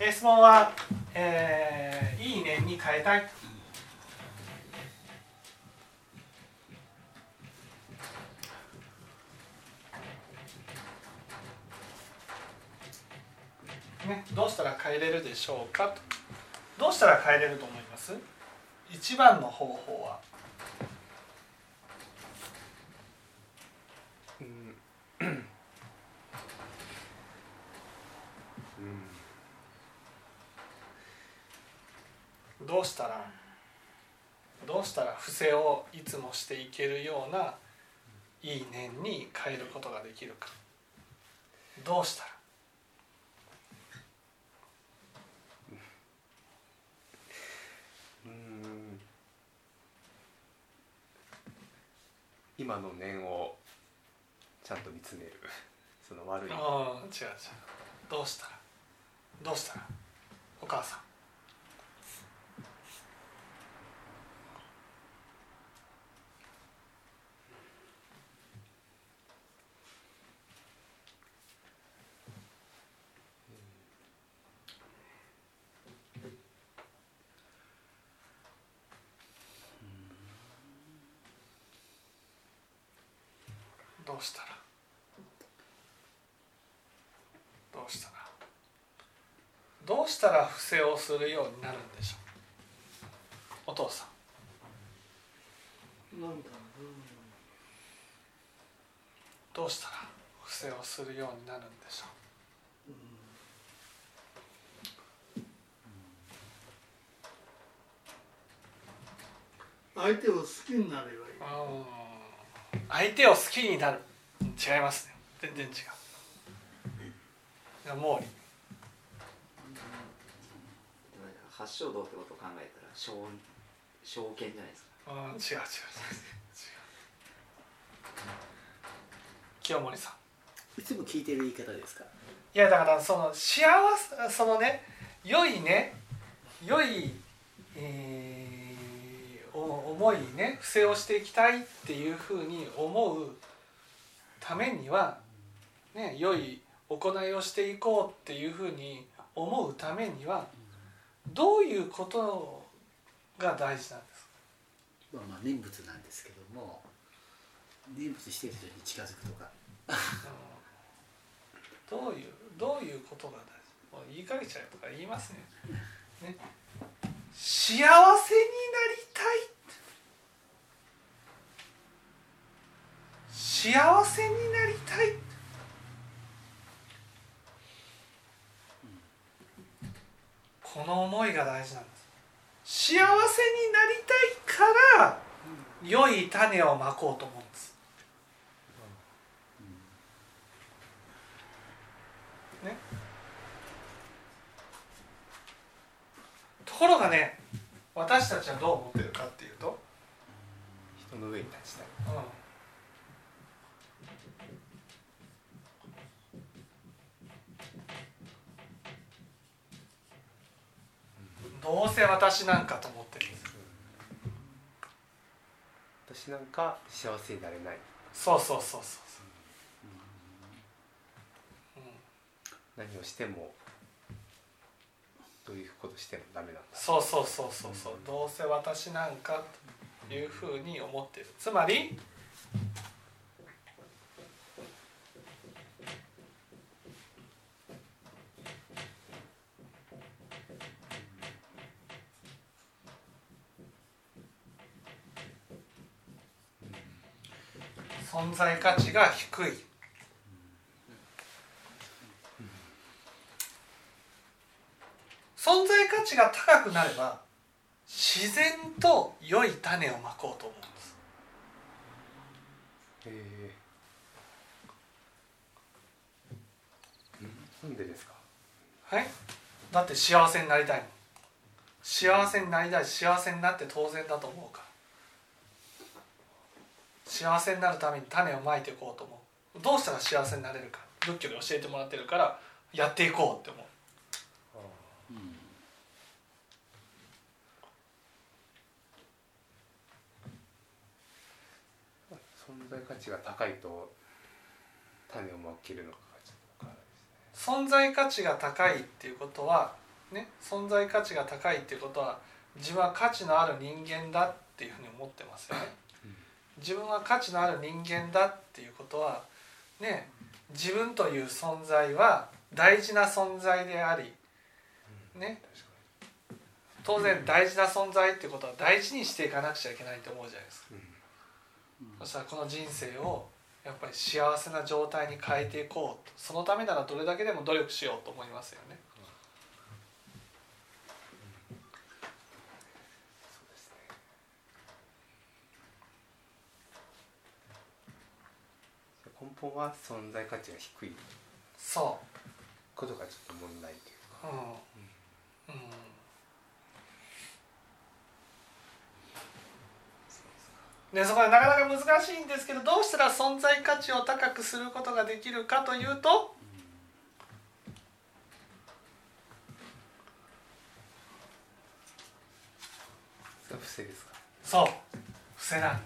質問は、いい念に変えたい。ね、どうしたら変えれるでしょうかと。どうしたら変えれると思います？一番の方法は、どうしたら伏せをいつもしていけるようないい念に変えることができるか。どうしたら今の念をちゃんと見つめる。その悪い。 違う。どうしたらお母さん。どうしたら伏せをするようになるんでしょう。お父さん。どうしたら伏せをするようになるんでしょう。相手を好きになればいい。 相手を好きになる。違いますね。全然違う。毛利。 八正道ってことを考えたら正見じゃないですか。 違う。清盛さん。 いつも聞いてる言い方ですか？ いやだからその幸せ、そのね、良い、思いね、伏せをしていきたいっていうふうに思うためにはね、良い行いをしていこうっていうふうに思うためにはどういうことが大事なんですか？ 念仏なんですけども、念仏している人に近づくとかどういうことが大事？もう言いかけちゃうとか言いますね。幸せになりたい。幸せになりたい。この思いが大事なんです。幸せになりたいから良い種をまこうと思うんです。ね。ところがね、私たちはどう思ってるかっていうと、 人の上に立ちたい。 どうせ私なんかと思ってるんです。 私なんか幸せになれない。 そう、 何をしてもどういうことしてもダメなんだ。 そう、どうせ私なんかというふうに思っている。つまり存在価値が低い。存在価値が高くなれば自然と良い種をまこうと思うんです。 なんでですか？ はい。だって幸せになりたいもん。幸せになりたい、幸せになって当然だと思うから。幸せになるために種をまいていこうと思う。どうしたら幸せになれるか、仏教で教えてもらってるからやっていこうって思う。 存在価値が高いと種をまけるのかちょっとわからないですね。 存在価値が高いっていうことはね、存在価値が高いっていうことは自分は価値のある人間だっていうふうに思ってますよね。自分は価値のある人間だっていうことはね、自分という存在は大事な存在でありね、当然大事な存在っていうことは大事にしていかなくちゃいけないと思うじゃないですか。そしたらこの人生をやっぱり幸せな状態に変えていこうと、そのためならどれだけでも努力しようと思いますよね。 根本は存在価値が低いそうことがちょっと問題というか、 でそこでなかなか難しいんですけど、どうしたら存在価値を高くすることができるかというと、 それは不正ですか。 そう不正なんです。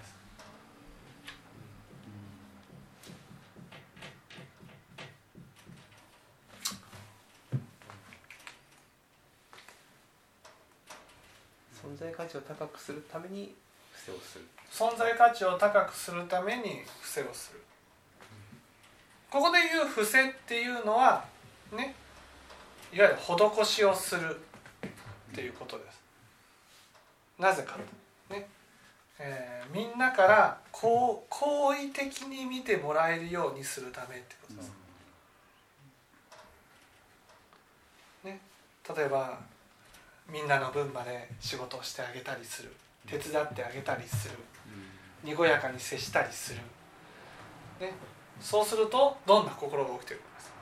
存在価値を高くするために不正をする。 存在価値を高くするために不正をする。ここで言う不正っていうのはね、いわゆる施しをするっていうことです。なぜかとね、みんなから好意的に見てもらえるようにするためってことです。ね、例えばみんなの分まで仕事をしてあげたりする、手伝ってあげたりする、にこやかに接したりする、ね、そうするとどんな心が起きてくるんですか。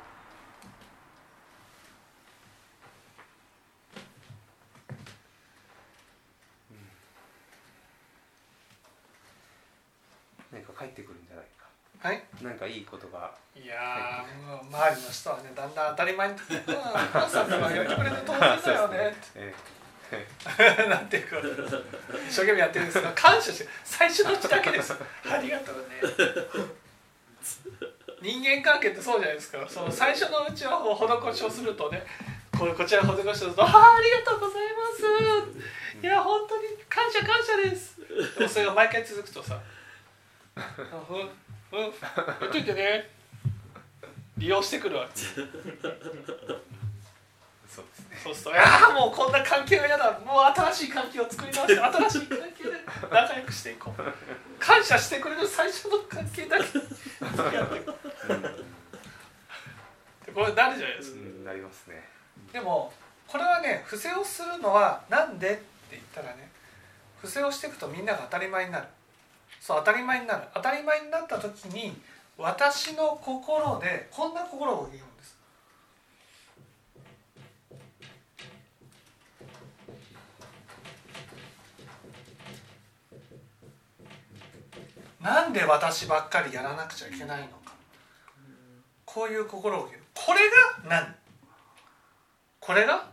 何か返ってくるんじゃないか。 はい、 なんかいいことが。 いやもう周りの人はね、だんだん当たり前に「お母さんがやってくれて当然だよね」ってなんていうか一生懸命やってるんですが、感謝して最初のうちだけです。ありがとうね。人間関係ってそうじゃないですか。その最初のうちは施しをするとね、こちら施しをすると「ありがとうございます」「いや本当に感謝です」でもそれが毎回続くとさ「やっといてね」利用してくるわけ。 そうですね。 そうすると「いやもうこんな関係は嫌だ、もう新しい関係を作り直して新しい関係で仲良くしていこう」感謝してくれる最初の関係だけやっていこうこれなるじゃないですか。 なりますね。 でもこれはね、不正をするのはなんでって言ったらね、不正をしていくとみんなが当たり前になる。そう当たり前になる。当たり前になった時に私の心でこんな心が起きるんです。なんで私ばっかりやらなくちゃいけないのか。こういう心が起きる。これが何？これが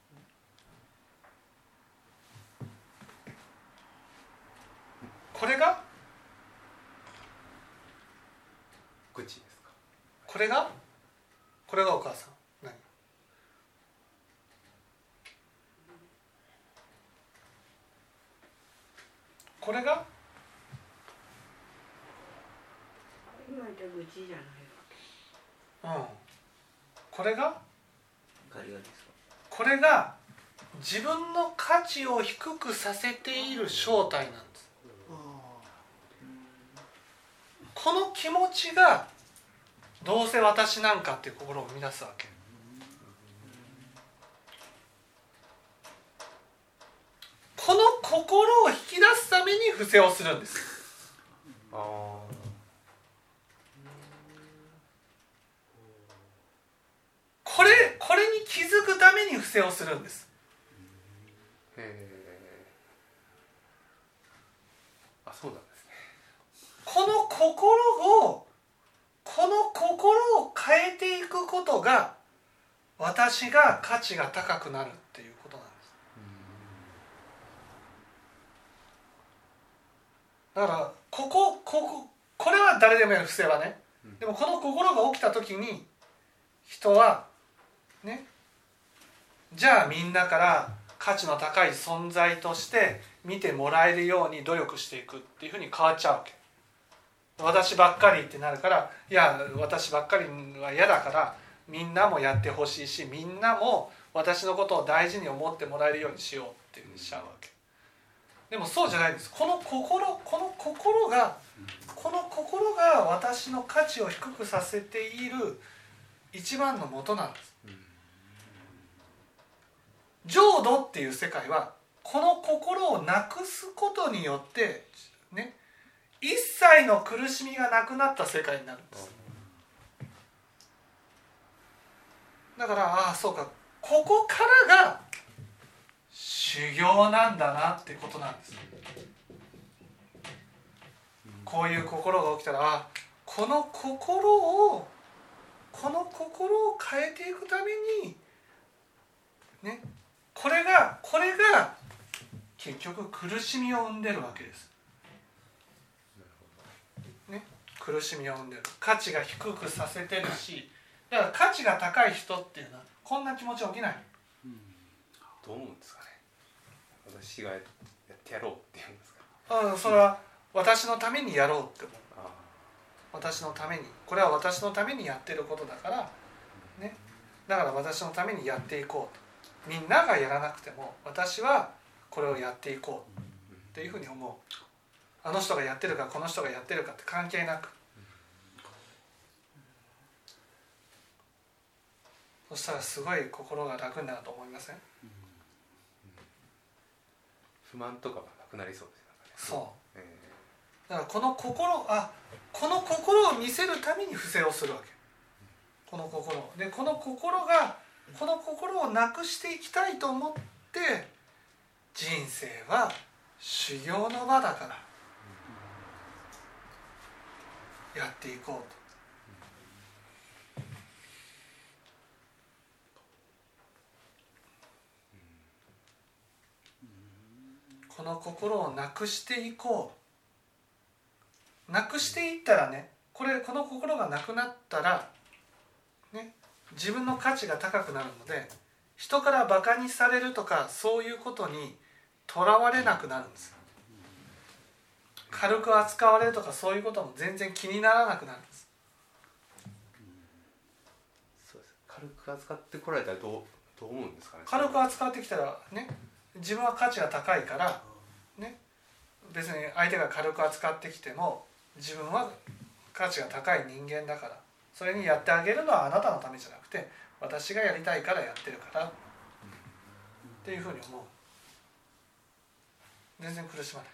愚痴ですか。 これがお母さん何？これが今言った愚痴じゃないわけ。 これがガリガリですか。 これが自分の価値を低くさせている正体なんです。この気持ちがどうせ私なんかっていう心を生み出すわけ。この心を引き出すために不正をするんです。これに気づくために不正をするんです。 そうなんですね。 この心を変えていくことが私が価値が高くなるっていうことなんです。だからこれは誰でもやる不正はね。でもこの心が起きた時に人はね、 じゃあみんなから価値の高い存在として見てもらえるように努力していくっていうふうに変わっちゃうわけ。私ばっかりってなるから、いや私ばっかりは嫌だからみんなもやってほしいし、みんなも私のことを大事に思ってもらえるようにしようっていうふうにしちゃうわけ。でもそうじゃないんです。この心が私の価値を低くさせている一番の元なんです。浄土っていう世界はこの心をなくすことによってね、一切の苦しみがなくなった世界になるんです。だからそうか、ここからが修行なんだなってことなんです。こういう心が起きたら、この心を変えていくためにね、これが結局苦しみを生んでるわけです。ね、苦しみを生んでる。価値が低くさせてるし、だから価値が高い人っていうのはこんな気持ち起きない。 どう思うんですかね。私がやってやろうっていうんですか。 それは私のためにやろうって思う。私のために、これは私のためにやってることだからね、だから私のためにやっていこうと。みんながやらなくても私はこれをやっていこうっていうふうに思う。あの人がやってるかこの人がやってるかって関係なく、そしたらすごい心が楽になると思いません？ 不満とかがなくなりそうですよね。 そう、だからこの心を見せるために不正をするわけ。この心で、この心をなくしていきたいと思って、人生は修行の場だからやっていこうと。この心をなくしていこう。なくしていったらね、この心がなくなったらね、自分の価値が高くなるので、人からバカにされるとかそういうことにとらわれなくなるんです。軽く扱われるとかそういうことも全然気にならなくなるんです。 そうです。軽く扱ってこられたらどう思うんですかね。 軽く扱ってきたらね、自分は価値が高いからね、別に相手が軽く扱ってきても自分は価値が高い人間だから、それにやってあげるのはあなたのためじゃなくて私がやりたいからやってるからっていうふうに思う。全然苦しまない。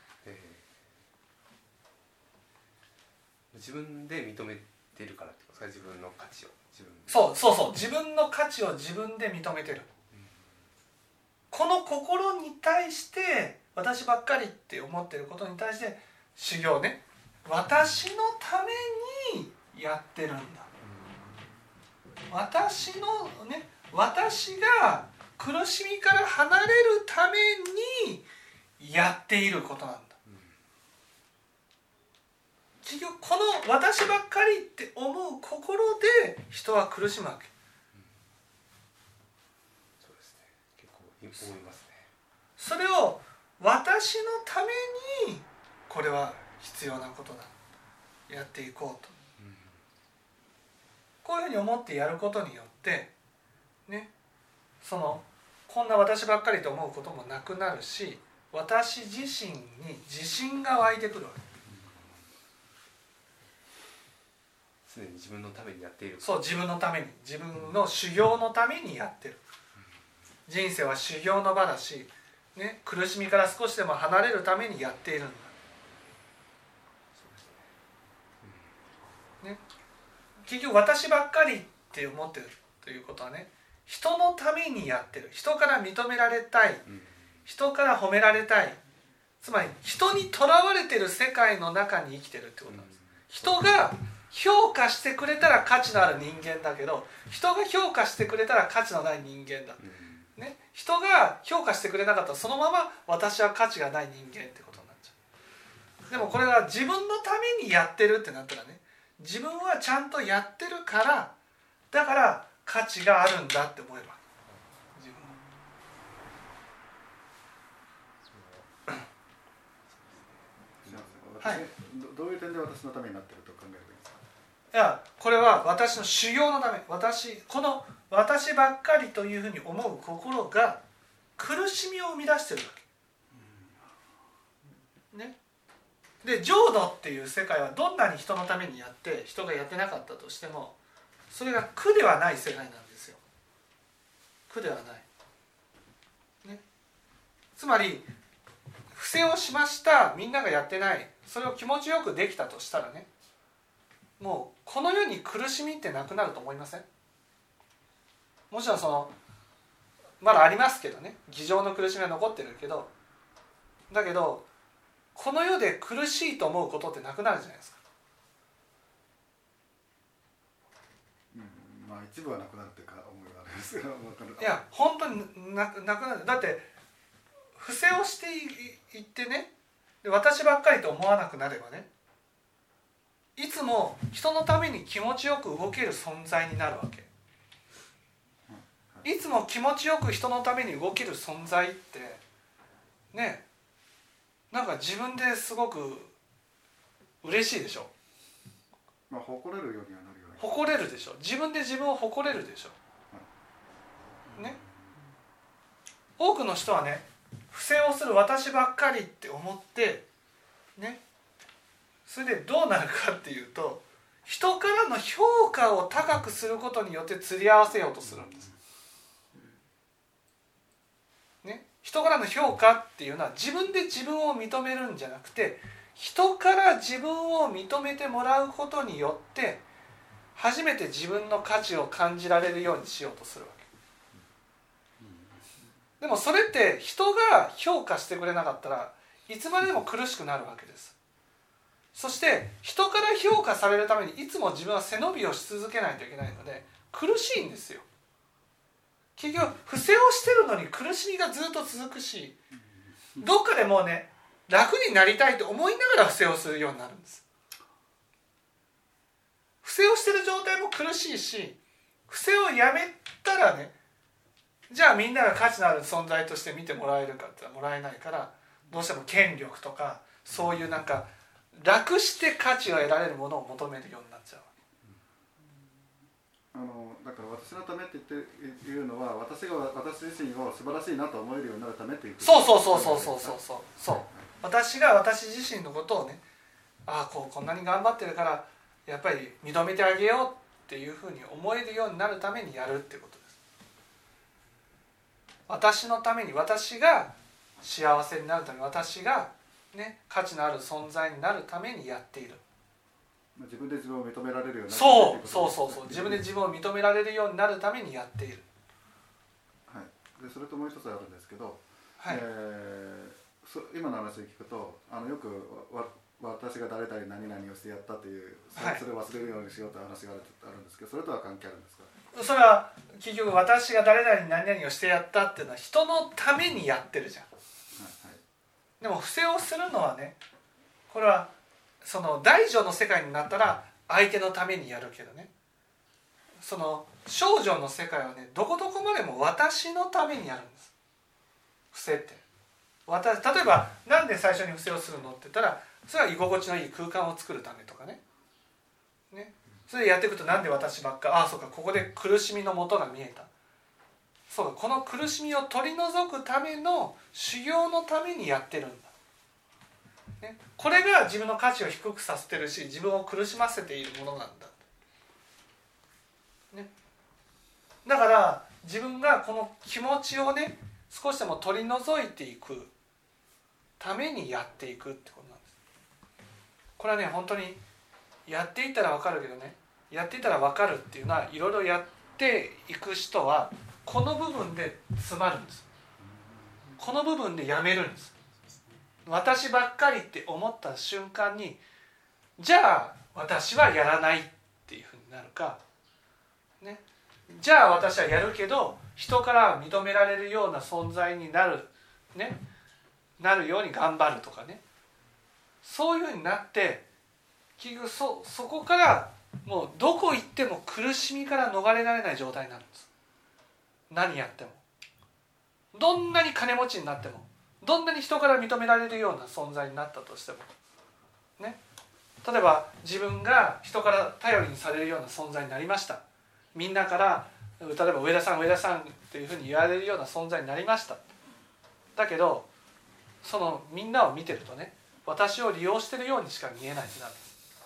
自分で認めてるからってことですか。自分の価値をそう自分の価値を自分で認めてる、この心に対して私ばっかりって思ってることに対して修行ね、私のためにやってるんだ、私が苦しみから離れるためにやっていることなんだ。結局この私ばっかりって思う心で人は苦しむわけ。 そうですね。結構思いますね。 それを私のためにこれは必要なことだ、やっていこうと、こういうふうに思ってやることによってね、こんな私ばっかりと思うこともなくなるし、私自身に自信が湧いてくるわけ。 常に自分のためにやっている。 そう、自分のために、自分の修行のためにやってる。人生は修行の場だし、ね、苦しみから少しでも離れるためにやっているんだ。ね、結局私ばっかりって思ってるということはね、人のためにやってる。人から認められたい、人から褒められたい、つまり人にとらわれてる世界の中に生きてるってことなんです。人が評価してくれたら価値のある人間だけど、人が評価してくれたら価値のない人間だ、ね、人が評価してくれなかったらそのまま私は価値がない人間ってことになっちゃう。でもこれが自分のためにやってるってなったらね、自分はちゃんとやってるから、だから価値があるんだって思えば、自分ははい、 どういう点で私のためになっていると考えればいいですか？ いやこれは私の修行のため、この私ばっかりというふうに思う心が苦しみを生み出してるわけ、ね、で浄土っていう世界はどんなに人のためにやって人がやってなかったとしてもそれが苦ではない世界なんですよ。苦ではない、ね、つまり不正をしました、みんながやってない、それを気持ちよくできたとしたらね、もうこの世に苦しみってなくなると思いません？もちろんまだありますけどね、偽情の苦しみは残ってるけど、だけどこの世で苦しいと思うことってなくなるじゃないですか。 まあ一部はなくなるというか思いはあるんですけど、 いや本当になくなる。だって不正をしていってね、で私ばっかりと思わなくなればね、いつも人のために気持ちよく動ける存在になるわけ。いつも気持ちよく人のために動ける存在ってね、なんか自分ですごく嬉しいでしょ。 まあ誇れるようにはなるよね。 誇れるでしょ。自分で自分を誇れるでしょ。ね。多くの人はね、不正をする私ばっかりって思ってね、それでどうなるかっていうと、人からの評価を高くすることによって釣り合わせようとするんです。ね、人からの評価っていうのは自分で自分を認めるんじゃなくて、人から自分を認めてもらうことによって初めて自分の価値を感じられるようにしようとするわけ。でもそれって人が評価してくれなかったらいつまでも苦しくなるわけです。そして人から評価されるためにいつも自分は背伸びをし続けないといけないので苦しいんですよ。結局不正をしてるのに苦しみがずっと続くし、どっかでもうね楽になりたいと思いながら不正をするようになるんです。不正をしてる状態も苦しいし、不正をやめたらね、じゃあみんなが価値のある存在として見てもらえるかって言ったらもらえないから、どうしても権力とかそういうなんか楽して価値を得られるものを求めるようになっちゃう。 だから私のためっていうのは私自身を素晴らしいなと思えるようになるためっていうこと。 そう私が私自身のことをね、こんなに頑張ってるからやっぱり認めてあげようっていうふうに思えるようになるためにやるってことです。私のために、私が幸せになるために、私がね価値のある存在になるためにやっている。 自分で自分を認められるようになる。 そう自分で自分を認められるようになるためにやっている。 はい。でそれともう一つあるんですけど、 はい、 今の話を聞くとよく私が誰々何々をしてやったという、それを忘れるようにしようという話があるんですけど、それとは関係あるんですか？ それは結局私が誰々何々をしてやったっていうのは人のためにやってるじゃん。はいはい、でも不正をするのはね、これはその大乗の世界になったら相手のためにやるけどね、その小乗の世界はね、どこどこまでも私のためにやるんです。不正って例えばなんで最初に不正をするのって言ったら、それは居心地のいい空間を作るためとかね、それでやっていくと、なんで私ばっか、そうか、ここで苦しみの元が見えた、そうか、この苦しみを取り除くための修行のためにやってるんだ、ね、これが自分の価値を低くさせてるし、自分を苦しませているものなんだ、ね、だから自分がこの気持ちをね少しでも取り除いていくためにやっていくってことなんです。これはね本当にやっていったら分かるけどね、やっていったら分かるっていうのはいろいろやっていく人はこの部分で詰まるんです。この部分でやめるんです。私ばっかりって思った瞬間に、じゃあ私はやらないっていうふうになるか、ね、じゃあ私はやるけど人から認められるような存在になる、ね、なるように頑張るとかね、そういうふうになって結局 そこからもうどこ行っても苦しみから逃れられない状態になるんです。何やっても、どんなに金持ちになっても、どんなに人から認められるような存在になったとしてもね、例えば自分が人から頼りにされるような存在になりました。みんなから例えば上田さんっていうふうに言われるような存在になりました。だけどそのみんなを見てるとね、私を利用してるようにしか見えないってなる、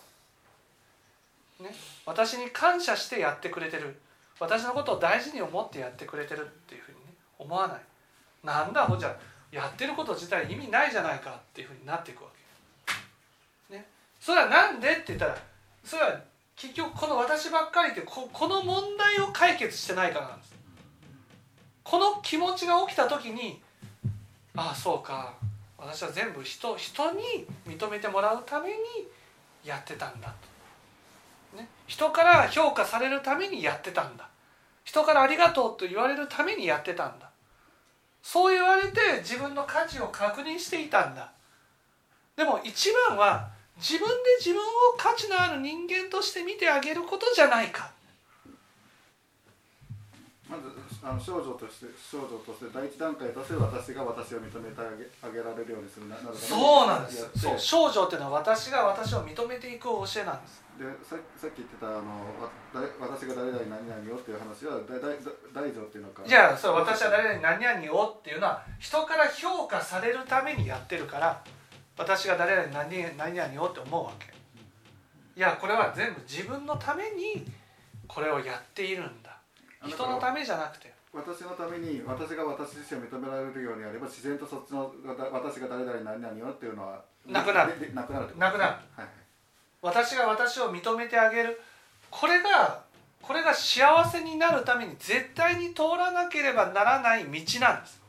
ね、私に感謝してやってくれてる、私のことを大事に思ってやってくれてるっていうふうに、ね、思わない。なんだじゃあやってること自体意味ないじゃないかっていうふうになっていくわけ、ね、それはなんでって言ったら、それは結局この私ばっかりってこの問題を解決してないからなんです。この気持ちが起きた時に、ああそうか、私は全部人に認めてもらうためにやってたんだと、ね、人から評価されるためにやってたんだ、人からありがとうと言われるためにやってたんだ、そう言われて自分の価値を確認していたんだ。でも一番は自分で自分を価値のある人間として見てあげることじゃないか。 まず少女として第一段階として私が私を認めてあげられるようにするなるために、 そうなんです。そう少女っていうのは私が私を認めていく教えなんです。 でさっき言ってた私が誰々何々をっていう話は大女っていうのか、 じゃあそれ私は誰々何々をっていうのは人から評価されるためにやってるから、私が誰々何々をって思うわけ。いやこれは全部自分のためにこれをやっているんだ、人のためじゃなくて。 私のために私が私自身を認められるようにやれば、自然とそっちの私が誰々何々をっていうのはなくなる、はいはい、私が私を認めてあげる、これが幸せになるために絶対に通らなければならない道なんです。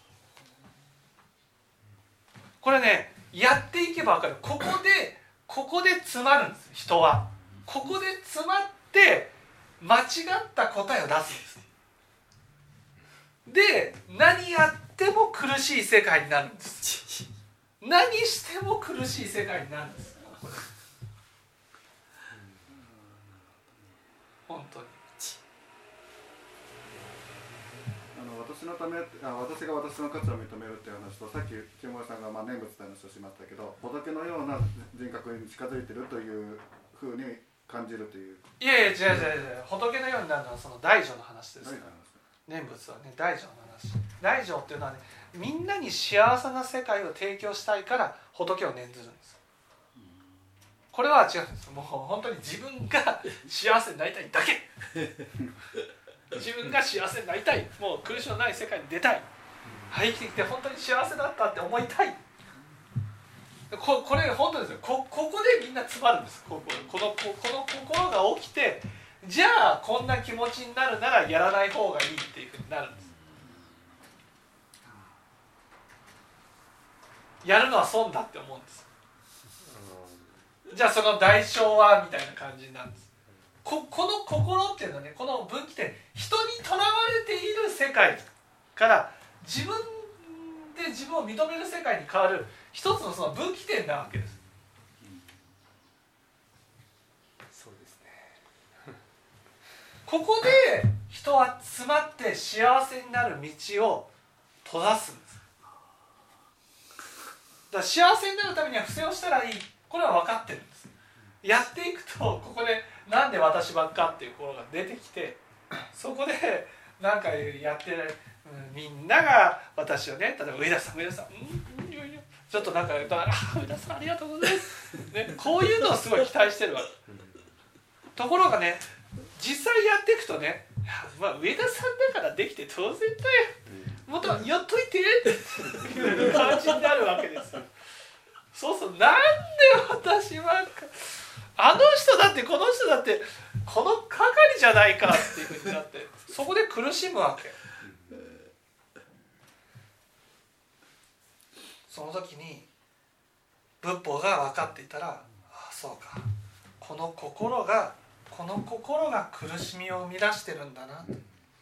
これね、やっていけば分かる。ここで詰まるんです。人はここで詰まって間違った答えを出すんです。で何やっても苦しい世界になるんです。何しても苦しい世界になるんです。本当に私のため私が私の価値を認めるっていう話と、さっき清盛さんが念仏って話をしましたけど、仏のような人格に近づいてるというふうに感じるという。 いやいや違う仏のようになるのはその大乗の話ですから。念仏はね、大乗の話。大乗っていうのはね、みんなに幸せな世界を提供したいから仏を念ずるんです。これは違うんです。もう本当に自分が幸せになりたいだけ自分が幸せになりたい、もう苦しみのない世界に出たい、生きてきて本当に幸せだったって思いたい、これ本当ですよ。ここでみんな詰まるんです。この心が起きて、じゃあこんな気持ちになるならやらない方がいいっていうふうになるんです。やるのは損だって思うんです。じゃあその代償はみたいな感じなんです。この心っていうのはね、この分岐点、人にとらわれている世界から自分で自分を認める世界に変わる一つのその分岐点なわけです。 そうですね。 ここで人は詰まって幸せになる道を閉ざすんです。だから幸せになるためには不正をしたらいい、これは分かってるんです。やっていくとここでなんで私ばっかっていうところが出てきて、そこでなんかやってみんなが私をね、例えば上田さんちょっとなんか上田さんありがとうございます、ね、こういうのをすごい期待してるわけ。ところがね、実際やっていくとね、まあ、上田さんだからできて当然だよ、もっとやっといてっていう感じになるわけですよ。そうなんで私ばっか、あの人だってこの人だってこの係じゃないかっていうふうになって、そこで苦しむわけ。その時に仏法が分かっていたら、ああそうか、この心が苦しみを生み出してるんだな、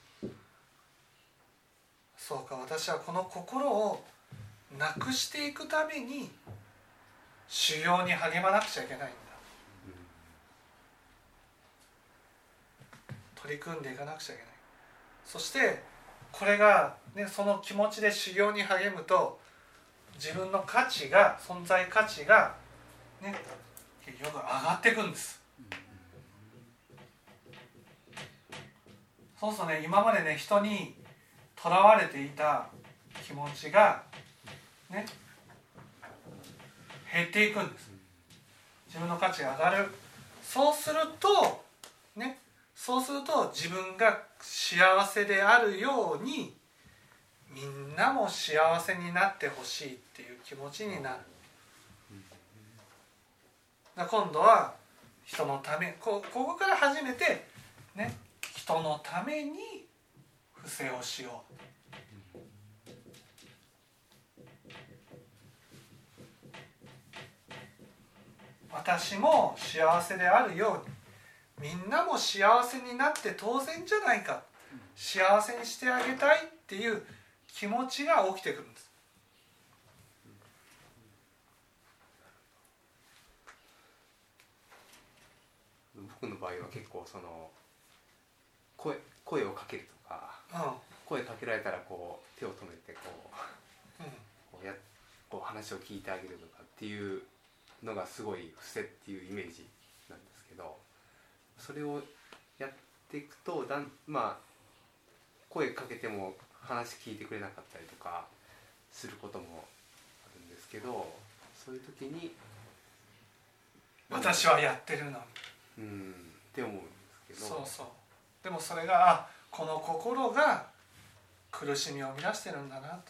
そうか、私はこの心をなくしていくために修行に励まなくちゃいけないんだ、取り組んでいかなくちゃいけない。そしてこれが、ね、その気持ちで修行に励むと、自分の価値が、存在価値がね、結局上がっていくんです。そうするとね、今までね人にとらわれていた気持ちがね減っていくんです。自分の価値が上がる。そうすると自分が幸せであるようにみんなも幸せになってほしいっていう気持ちになる。今度は人のため、ここから初めてね、人のために布施をしよう。私も幸せであるようにみんなも幸せになって当然じゃないか、幸せにしてあげたいっていう気持ちが起きてくるんです。 僕の場合は結構その声をかけるとか、声かけられたらこう手を止めてこう話を聞いてあげるとかっていうのがすごい伏せっていうイメージなんですけど、それをやっていくと声かけても話聞いてくれなかったりとかすることもあるんですけど、そういう時に私はやってるのにって思うんですけど、 でもそれがこの心が苦しみを生み出してるんだなと。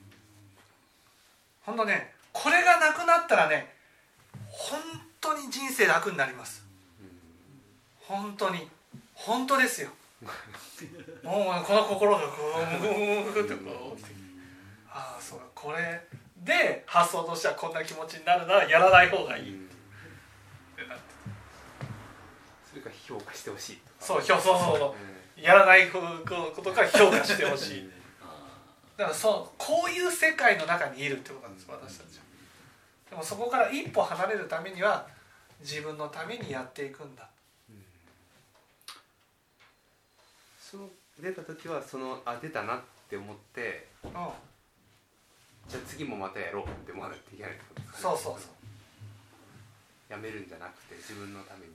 ほんとね、これがなくなったらね、本当に人生楽になります。本当ですよ。もうこの心がグーってこう起きて、そうだ、これで発想としてはこんな気持ちになるならやらない方がいいってなって、 それから評価してほしいとか、 そうやらないことから評価してほしいだからこういう世界の中にいるってことなんです、私たちは。でもそこから一歩離れるためには自分のためにやっていくんだ。 その出た時は出たなって思って、じゃあ次もまたやろうって思わないといけないってことですかね。 そうやめるんじゃなくて自分のために。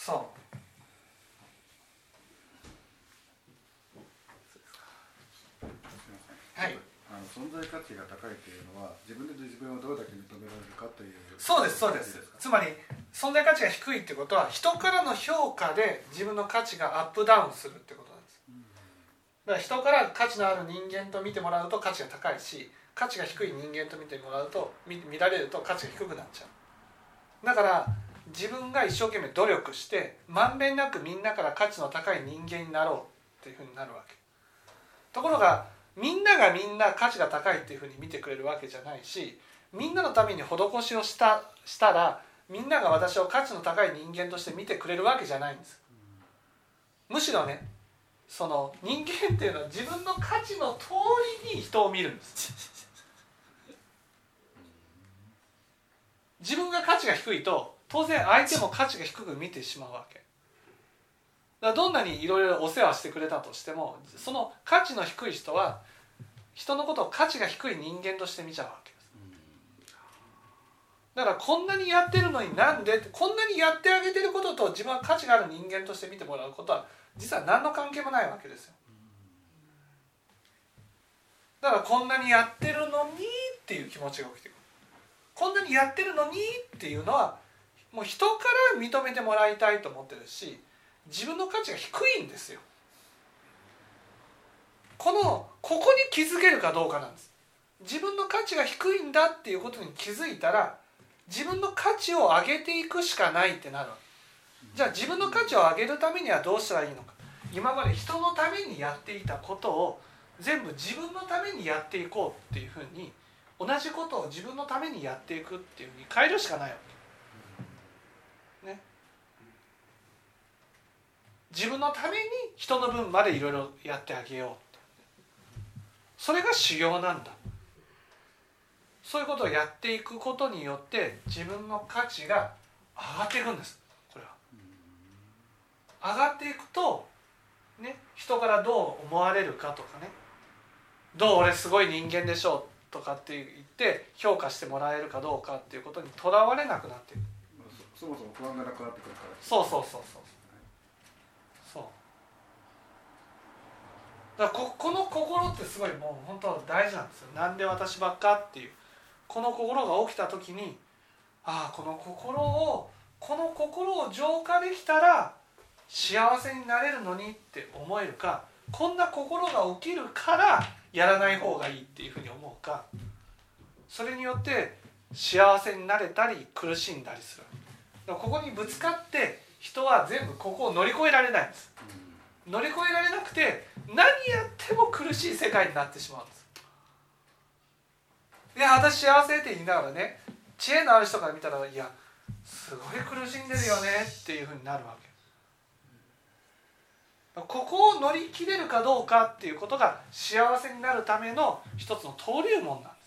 はい。 存在価値が高いというのは自分で自分をどれだけ認められるかという。 そうです。つまり存在価値が低いってことは人からの評価で自分の価値がアップダウンするってことなんです。だから人から価値のある人間と見てもらうと価値が高いし、価値が低い人間と見てもらうと見られると価値が低くなっちゃう。だから自分が一生懸命努力してまんべんなくみんなから価値の高い人間になろうっていうふうになるわけ。ところがみんながみんな価値が高いっていうふうに見てくれるわけじゃないし、みんなのために施しをしたらみんなが私を価値の高い人間として見てくれるわけじゃないんです。むしろね、その人間っていうのは自分の価値の通りに人を見るんです。自分が価値が低いと当然相手も価値が低く見てしまうわけ。だからどんなにいろいろお世話してくれたとしても、その価値の低い人は人のことを価値が低い人間として見ちゃうわけです。だからこんなにやってるのになんで、こんなにやってあげてることと自分は価値がある人間として見てもらうことは実は何の関係もないわけですよ。だからこんなにやってるのにっていう気持ちが起きてくる。こんなにやってるのにっていうのはもう人から認めてもらいたいと思ってるし、自分の価値が低いんですよ。ここに気づけるかどうかなんです。自分の価値が低いんだっていうことに気づいたら自分の価値を上げていくしかないってなるわけ。じゃあ自分の価値を上げるためにはどうしたらいいのか。今まで人のためにやっていたことを全部自分のためにやっていこうっていうふうに、同じことを自分のためにやっていくっていうふうに変えるしかないわけね。自分のために人の分までいろいろやってあげよう。それが修行なんだ。そういうことをやっていくことによって自分の価値が上がっていくんです。これは上がっていくとね、人からどう思われるかとかね、どう俺すごい人間でしょうとかって言って評価してもらえるかどうかっていうことにとらわれなくなっていく。 そもそも不安がなくなってくるから。 そうだからこの心ってすごいもう本当大事なんですよ。なんで私ばっかっていうこの心が起きた時に、ああこの心を浄化できたら幸せになれるのにって思えるか、こんな心が起きるからやらない方がいいっていうふうに思うか、それによって幸せになれたり苦しんだりする。だからここにぶつかって人は全部ここを乗り越えられないんです。乗り越えられなくて何やっても苦しい世界になってしまうんです。いや私幸せって言いながらね、知恵のある人から見たらいやすごい苦しんでるよねっていうふうになるわけ。ここを乗り切れるかどうかっていうことが幸せになるための一つの登竜門なんです。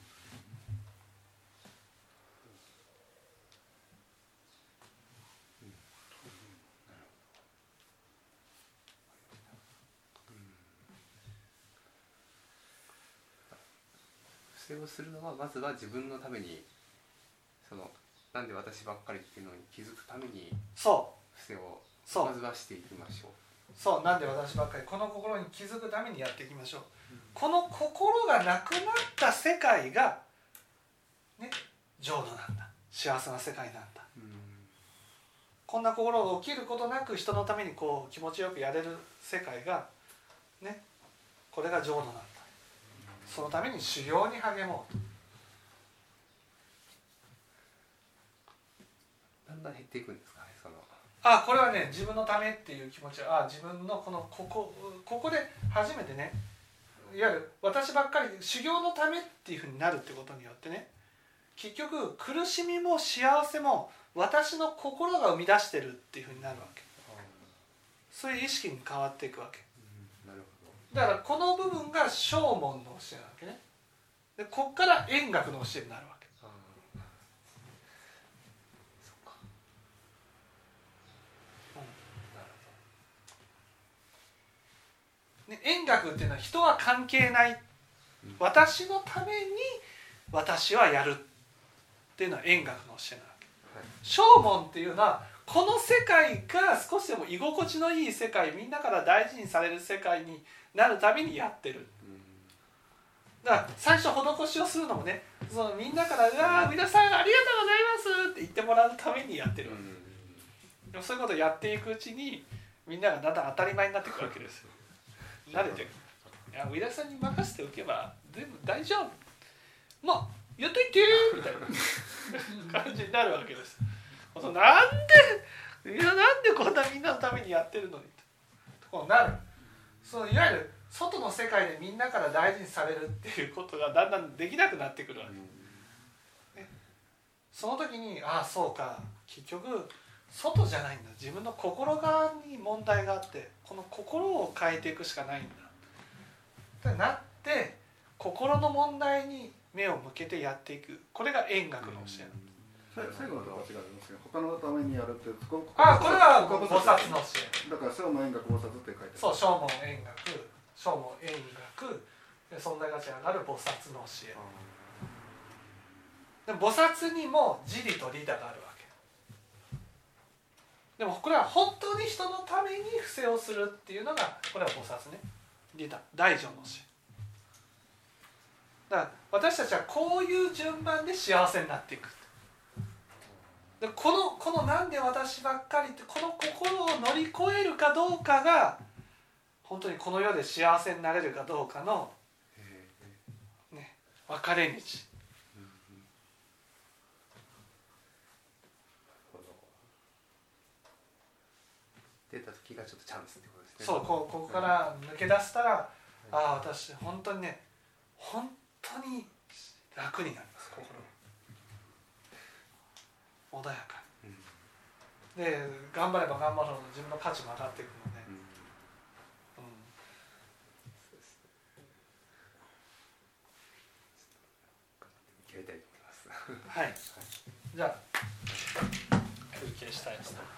不正をするのはまずは自分のために、なんで私ばっかりっていうのに気づくために不正をまずはしていきましょう。 そうなんで私ばっかり、この心に気づくためにやっていきましょう。この心がなくなった世界がね浄土なんだ、幸せな世界なんだ。こんな心が起きることなく人のためにこう気持ちよくやれる世界がね、これが浄土なんだ。そのために修行に励もうと。 だんだん減っていくんですかね。 これはね自分のためっていう気持ちは自分のここで初めてね、いわゆる私ばっかり修行のためっていうふうになるってことによってね、結局苦しみも幸せも私の心が生み出してるっていうふうになるわけ。そういう意識に変わっていくわけ。 なるほだからこの部分が正門の教えなわけね。でこっから円覚の教えになるわけ。円覚っていうのは人は関係ない、私のために私はやるっていうのは円覚の教えなわけ。正門っていうのはこの世界が少しでも居心地のいい世界、みんなから大事にされる世界になるためにやってる。だから最初施しをするのもね、みんなから「うわ皆さんありがとうございます」って言ってもらうためにやってる。でもそういうことをやっていくうちにみんながだんだん当たり前になっていくわけですよ。慣れてる。いや皆さんに任せておけば全部大丈夫、まあやっといてみたいな感じになるわけです。なんでこんなみんなのためにやってるのにとこうなる。いわゆる外の世界でみんなから大事にされるっていうことがだんだんできなくなってくるわけ、ね、その時にそうか、結局外じゃないんだ、自分の心側に問題があって、この心を変えていくしかないんだってなって、心の問題に目を向けてやっていく。これが円覚の教えなんだ。 最後のとこは違うんですけど、他のためにやるってこれは菩薩の教えだから正門円覚菩薩って書いてある。 そう、正門円覚、正門円覚、存在価値上がる菩薩の教え。でも菩薩にも自利と利他があるわけ。でもこれは本当に人のために不正をするっていうのが、これは菩薩ね、利他大乗の教えだから、私たちはこういう順番で幸せになっていく。でこのなんで私ばっかりって、この心を乗り越えるかどうかが本当にこの世で幸せになれるかどうかの、ね、分かれ道。 出た時がちょっとチャンスってことですね。 そう、ここから抜け出したら、私本当にね、本当に楽になります。心穏やかに、で頑張れば頑張るほど自分の価値も上がっていくので、 やりたいと思います。 はい、じゃあ休憩したいですね。